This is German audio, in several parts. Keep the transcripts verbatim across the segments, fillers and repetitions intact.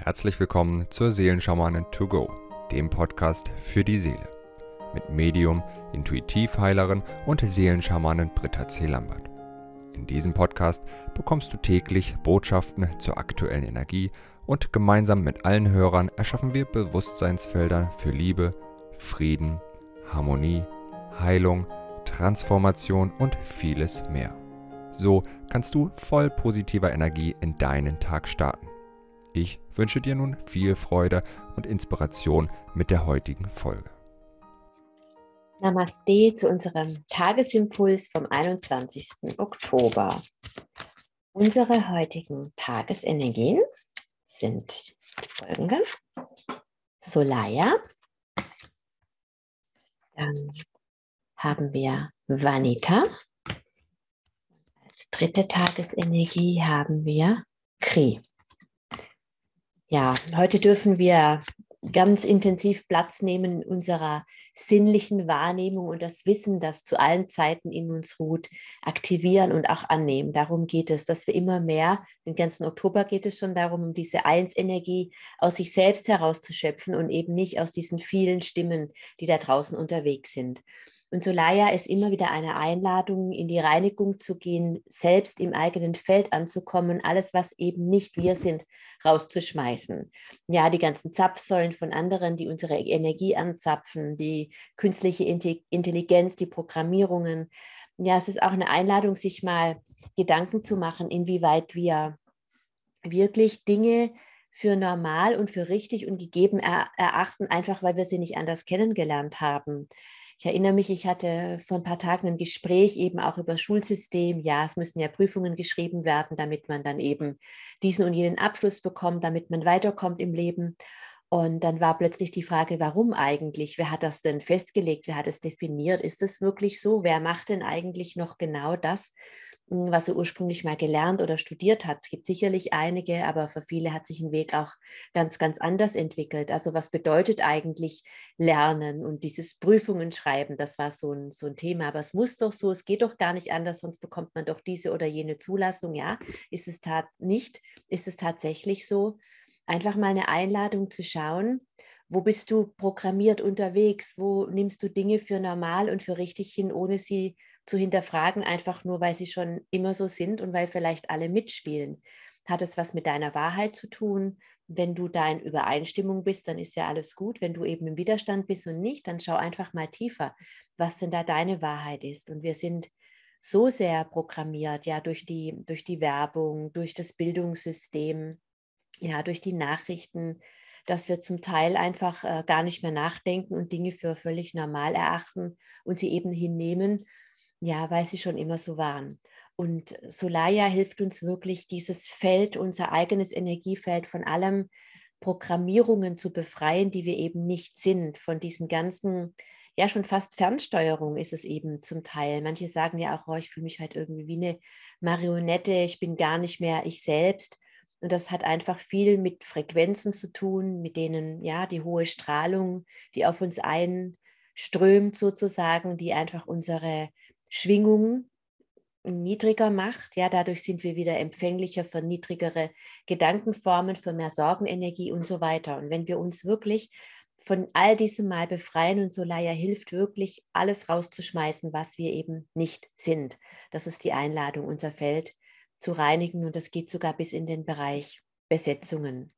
Herzlich willkommen zur Seelenschamanin to go, dem Podcast für die Seele. Mit Medium, Intuitivheilerin und Seelenschamanin Britta C. Lambert. In diesem Podcast bekommst du täglich Botschaften zur aktuellen Energie und gemeinsam mit allen Hörern erschaffen wir Bewusstseinsfelder für Liebe, Frieden, Harmonie, Heilung, Transformation und vieles mehr. So kannst du voll positiver Energie in deinen Tag starten. Ich wünsche dir nun viel Freude und Inspiration mit der heutigen Folge. Namaste zu unserem Tagesimpuls vom einundzwanzigsten Oktober. Unsere heutigen Tagesenergien sind folgende: Solaya, dann haben wir Vanita, als dritte Tagesenergie haben wir Kri. Ja, heute dürfen wir ganz intensiv Platz nehmen in unserer sinnlichen Wahrnehmung und das Wissen, das zu allen Zeiten in uns ruht, aktivieren und auch annehmen. Darum geht es, dass wir immer mehr, den ganzen Oktober geht es schon darum, um diese Eins-Energie aus sich selbst herauszuschöpfen und eben nicht aus diesen vielen Stimmen, die da draußen unterwegs sind. Und Solaya ist immer wieder eine Einladung, in die Reinigung zu gehen, selbst im eigenen Feld anzukommen, alles, was eben nicht wir sind, rauszuschmeißen. Ja, die ganzen Zapfsäulen von anderen, die unsere Energie anzapfen, die künstliche Intelligenz, die Programmierungen. Ja, es ist auch eine Einladung, sich mal Gedanken zu machen, inwieweit wir wirklich Dinge für normal und für richtig und gegeben er erachten, einfach weil wir sie nicht anders kennengelernt haben. Ich erinnere mich, ich hatte vor ein paar Tagen ein Gespräch eben auch über Schulsystem. Ja, es müssen ja Prüfungen geschrieben werden, damit man dann eben diesen und jenen Abschluss bekommt, damit man weiterkommt im Leben. Und dann war plötzlich die Frage, warum eigentlich? Wer hat das denn festgelegt? Wer hat es definiert? Ist es wirklich so? Wer macht denn eigentlich noch genau das, was er ursprünglich mal gelernt oder studiert hat? Es gibt sicherlich einige, aber für viele hat sich ein Weg auch ganz, ganz anders entwickelt. Also was bedeutet eigentlich Lernen und dieses Prüfungen schreiben? Das war so ein, so ein Thema, aber es muss doch so, es geht doch gar nicht anders, sonst bekommt man doch diese oder jene Zulassung. Ja, ist es tat nicht? Ist es tatsächlich so? Einfach mal eine Einladung zu schauen, wo bist du programmiert unterwegs? Wo nimmst du Dinge für normal und für richtig hin, ohne sie zu hinterfragen, einfach nur, weil sie schon immer so sind und weil vielleicht alle mitspielen? Hat es was mit deiner Wahrheit zu tun? Wenn du da in Übereinstimmung bist, dann ist ja alles gut. Wenn du eben im Widerstand bist und nicht, dann schau einfach mal tiefer, was denn da deine Wahrheit ist. Und wir sind so sehr programmiert, ja, durch die, durch die Werbung, durch das Bildungssystem, ja, durch die Nachrichten, dass wir zum Teil einfach äh, gar nicht mehr nachdenken und Dinge für völlig normal erachten und sie eben hinnehmen, ja, weil sie schon immer so waren. Und Solaya hilft uns wirklich, dieses Feld, unser eigenes Energiefeld von allem Programmierungen zu befreien, die wir eben nicht sind, von diesen ganzen, ja, schon fast Fernsteuerung ist es eben zum Teil. Manche sagen ja auch, oh, ich fühle mich halt irgendwie wie eine Marionette, ich bin gar nicht mehr ich selbst. Und das hat einfach viel mit Frequenzen zu tun, mit denen, ja, die hohe Strahlung, die auf uns einströmt sozusagen, die einfach unsere Schwingung niedriger macht. Ja, dadurch sind wir wieder empfänglicher für niedrigere Gedankenformen, für mehr Sorgenenergie und so weiter. Und wenn wir uns wirklich von all diesem mal befreien, und Solaya hilft wirklich, alles rauszuschmeißen, was wir eben nicht sind. Das ist die Einladung, unser Feld zu reinigen, und das geht sogar bis in den Bereich Besetzungen.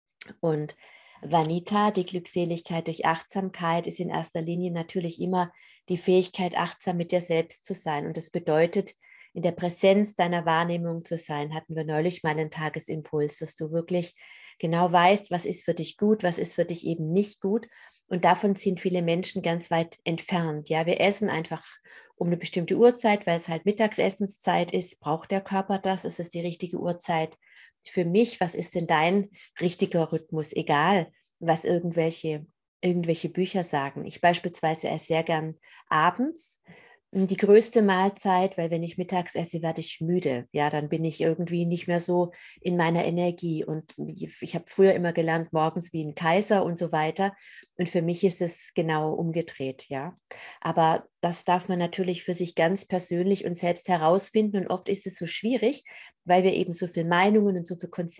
Und Vanita, die Glückseligkeit durch Achtsamkeit, ist in erster Linie natürlich immer die Fähigkeit, achtsam mit dir selbst zu sein. Und das bedeutet, in der Präsenz deiner Wahrnehmung zu sein. Hatten wir neulich mal einen Tagesimpuls, dass du wirklich genau weißt, was ist für dich gut, was ist für dich eben nicht gut. Und davon sind viele Menschen ganz weit entfernt. Ja, wir essen einfach um eine bestimmte Uhrzeit, weil es halt Mittagsessenszeit ist. Braucht der Körper das? Ist es die richtige Uhrzeit für mich? Was ist denn dein richtiger Rhythmus? Egal, was irgendwelche, irgendwelche Bücher sagen. Ich beispielsweise esse sehr gern abends die größte Mahlzeit, weil wenn ich mittags esse, werde ich müde. Ja, dann bin ich irgendwie nicht mehr so in meiner Energie. Und ich, ich habe früher immer gelernt, morgens wie ein Kaiser und so weiter. Und für mich ist es genau umgedreht, ja. Aber das darf man natürlich für sich ganz persönlich und selbst herausfinden. Und oft ist es so schwierig, weil wir eben so viele Meinungen und so viele Konzept,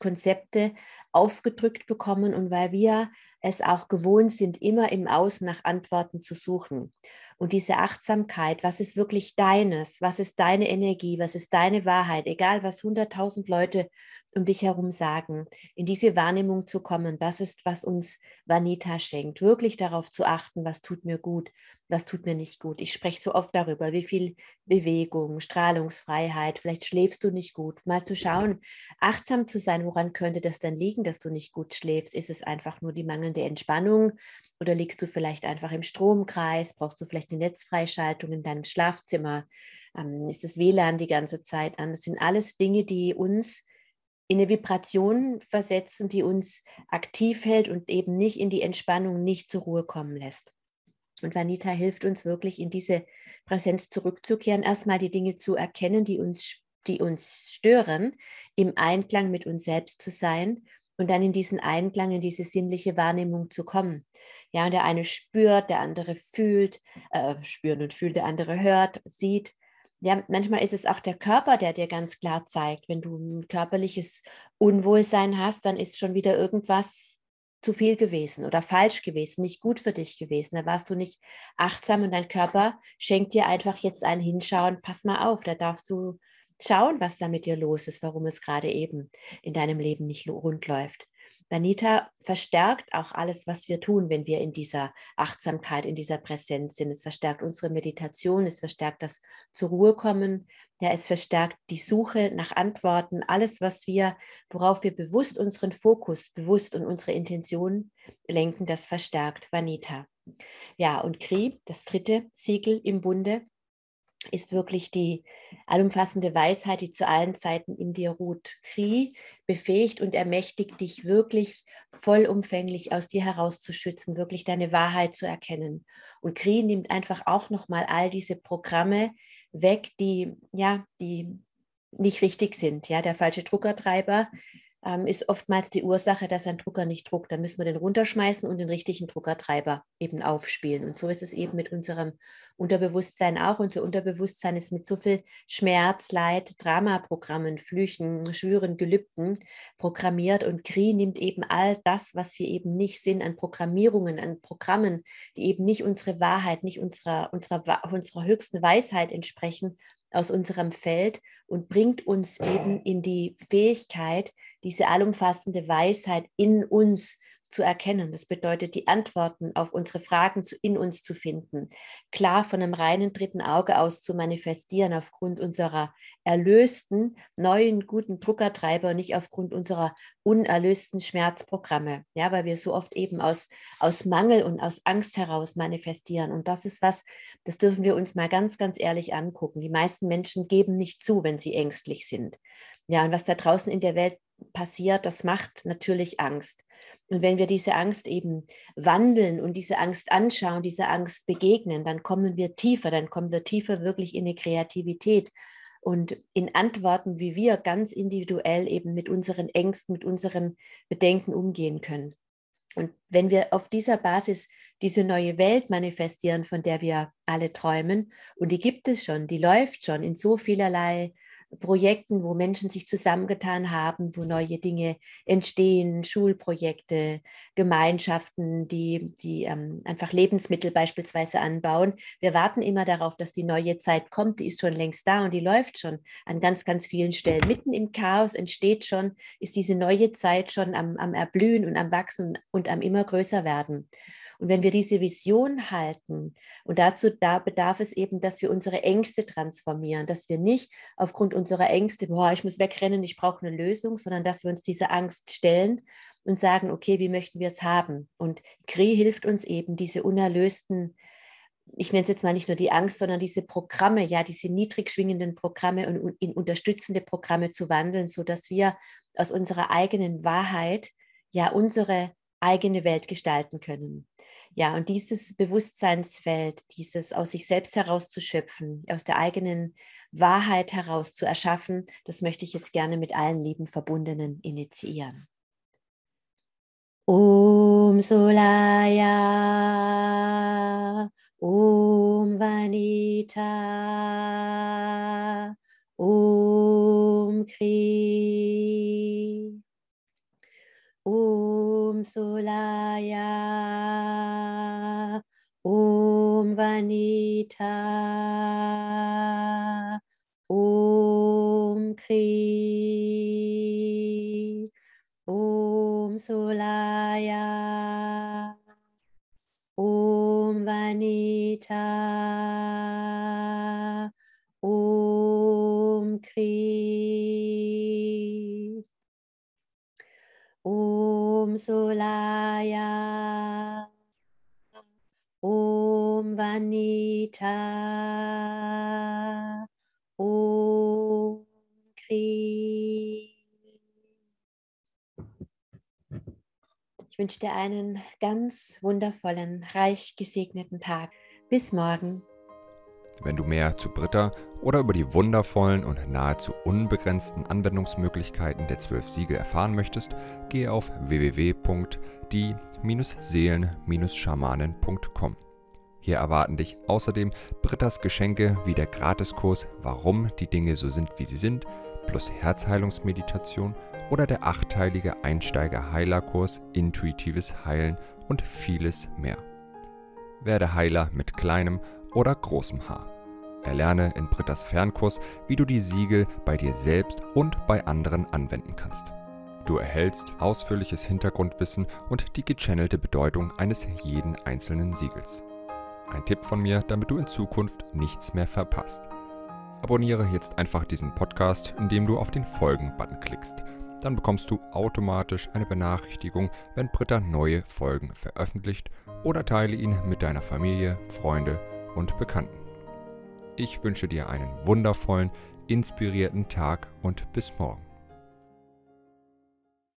Konzepte aufgedrückt bekommen und weil wir es auch gewohnt sind, immer im Außen nach Antworten zu suchen. Und diese Achtsamkeit, was ist wirklich deines, was ist deine Energie, was ist deine Wahrheit, egal was hunderttausend Leute um dich herum sagen, in diese Wahrnehmung zu kommen, das ist, was uns Vanita schenkt, wirklich darauf zu achten, was tut mir gut, was tut mir nicht gut. Ich spreche so oft darüber, wie viel Bewegung, Strahlungsfreiheit, vielleicht schläfst du nicht gut, mal zu schauen, achtsam zu sein, woran könnte das denn liegen, dass du nicht gut schläfst? Ist es einfach nur die mangelnde Entspannung oder liegst du vielleicht einfach im Stromkreis, brauchst du vielleicht eine Netzfreischaltung in deinem Schlafzimmer, ähm, ist das W L A N die ganze Zeit an? Das sind alles Dinge, die uns in eine Vibration versetzen, die uns aktiv hält und eben nicht in die Entspannung, nicht zur Ruhe kommen lässt. Und Vanita hilft uns wirklich, in diese Präsenz zurückzukehren, erstmal die Dinge zu erkennen, die uns, die uns stören, im Einklang mit uns selbst zu sein und dann in diesen Einklang, in diese sinnliche Wahrnehmung zu kommen. Ja, und der eine spürt, der andere fühlt, äh, spürt und fühlt, der andere hört, sieht. Ja, manchmal ist es auch der Körper, der dir ganz klar zeigt, wenn du ein körperliches Unwohlsein hast, dann ist schon wieder irgendwas zu viel gewesen oder falsch gewesen, nicht gut für dich gewesen. Da warst du nicht achtsam und dein Körper schenkt dir einfach jetzt ein Hinschauen. Pass mal auf, da darfst du schauen, was da mit dir los ist, warum es gerade eben in deinem Leben nicht rund läuft. Vanita verstärkt auch alles, was wir tun, wenn wir in dieser Achtsamkeit, in dieser Präsenz sind. Es verstärkt unsere Meditation, es verstärkt das zur Ruhe kommen, ja, es verstärkt die Suche nach Antworten, alles, was wir, worauf wir bewusst unseren Fokus, bewusst und unsere Intention lenken, das verstärkt Vanita. Ja, und Kri, das dritte Siegel im Bunde, ist wirklich die allumfassende Weisheit, die zu allen Zeiten in dir ruht. Kri befähigt und ermächtigt dich wirklich vollumfänglich aus dir herauszuschützen, wirklich deine Wahrheit zu erkennen. Und Kri nimmt einfach auch nochmal all diese Programme weg, die, ja, die nicht richtig sind. Ja, der falsche Druckertreiber ähm, ist oftmals die Ursache, dass ein Drucker nicht druckt. Dann müssen wir den runterschmeißen und den richtigen Druckertreiber eben aufspielen. Und so ist es eben mit unserem Unterbewusstsein auch. Unser Unterbewusstsein ist mit so viel Schmerz, Leid, Dramaprogrammen, Flüchen, Schwüren, Gelübden programmiert. Und Kri nimmt eben all das, was wir eben nicht sind, an Programmierungen, an Programmen, die eben nicht unsere Wahrheit, nicht unserer, unserer, unserer höchsten Weisheit entsprechen, aus unserem Feld und bringt uns eben in die Fähigkeit, diese allumfassende Weisheit in uns zu erkennen. Das bedeutet, die Antworten auf unsere Fragen zu, in uns zu finden, klar von einem reinen dritten Auge aus zu manifestieren, aufgrund unserer erlösten, neuen, guten Druckertreiber und nicht aufgrund unserer unerlösten Schmerzprogramme. Ja, weil wir so oft eben aus, aus Mangel und aus Angst heraus manifestieren. Und das ist was, das dürfen wir uns mal ganz, ganz ehrlich angucken. Die meisten Menschen geben nicht zu, wenn sie ängstlich sind. Ja, und was da draußen in der Welt passiert, das macht natürlich Angst. Und wenn wir diese Angst eben wandeln und diese Angst anschauen, dieser Angst begegnen, dann kommen wir tiefer, dann kommen wir tiefer wirklich in die Kreativität und in Antworten, wie wir ganz individuell eben mit unseren Ängsten, mit unseren Bedenken umgehen können. Und wenn wir auf dieser Basis diese neue Welt manifestieren, von der wir alle träumen, und die gibt es schon, die läuft schon in so vielerlei Projekten, wo Menschen sich zusammengetan haben, wo neue Dinge entstehen, Schulprojekte, Gemeinschaften, die, die ähm, einfach Lebensmittel beispielsweise anbauen. Wir warten immer darauf, dass die neue Zeit kommt, die ist schon längst da und die läuft schon an ganz, ganz vielen Stellen. Mitten im Chaos entsteht schon, ist diese neue Zeit schon am, am Erblühen und am Wachsen und am immer größer werden. Und wenn wir diese Vision halten, und dazu da bedarf es eben, dass wir unsere Ängste transformieren, dass wir nicht aufgrund unserer Ängste, boah, ich muss wegrennen, ich brauche eine Lösung, sondern dass wir uns dieser Angst stellen und sagen, okay, wie möchten wir es haben? Und Kri hilft uns eben, diese unerlösten, ich nenne es jetzt mal nicht nur die Angst, sondern diese Programme, ja, diese niedrig schwingenden Programme und in unterstützende Programme zu wandeln, sodass wir aus unserer eigenen Wahrheit ja unsere eigene Welt gestalten können. Ja, und dieses Bewusstseinsfeld, dieses aus sich selbst herauszuschöpfen, aus der eigenen Wahrheit heraus zu erschaffen, das möchte ich jetzt gerne mit allen lieben Verbundenen initiieren. Om Solaya, Om Vanita, Om Kri. Om Solaya, Om Vanita, Om Kri, Om Solaya, Om Vanita, Om Kri, Om Solaya, Om Vanita, Om Kri. Ich wünsche dir einen ganz wundervollen, reich gesegneten Tag. Bis morgen. Wenn du mehr zu Britta oder über die wundervollen und nahezu unbegrenzten Anwendungsmöglichkeiten der zwölf Siegel erfahren möchtest, gehe auf w w w punkt die Seelen Schamanen punkt com. Hier erwarten dich außerdem Brittas Geschenke wie der Gratiskurs Warum die Dinge so sind, wie sie sind, plus Herzheilungsmeditation oder der achtteilige Einsteiger-Heilerkurs Intuitives Heilen und vieles mehr. Werde Heiler mit kleinem oder großem Haar. Erlerne in Brittas Fernkurs, wie du die Siegel bei dir selbst und bei anderen anwenden kannst. Du erhältst ausführliches Hintergrundwissen und die gechannelte Bedeutung eines jeden einzelnen Siegels. Ein Tipp von mir, damit du in Zukunft nichts mehr verpasst. Abonniere jetzt einfach diesen Podcast, indem du auf den Folgen-Button klickst. Dann bekommst du automatisch eine Benachrichtigung, wenn Britta neue Folgen veröffentlicht, oder teile ihn mit deiner Familie, Freunde und Bekannten. Ich wünsche dir einen wundervollen, inspirierten Tag und bis morgen.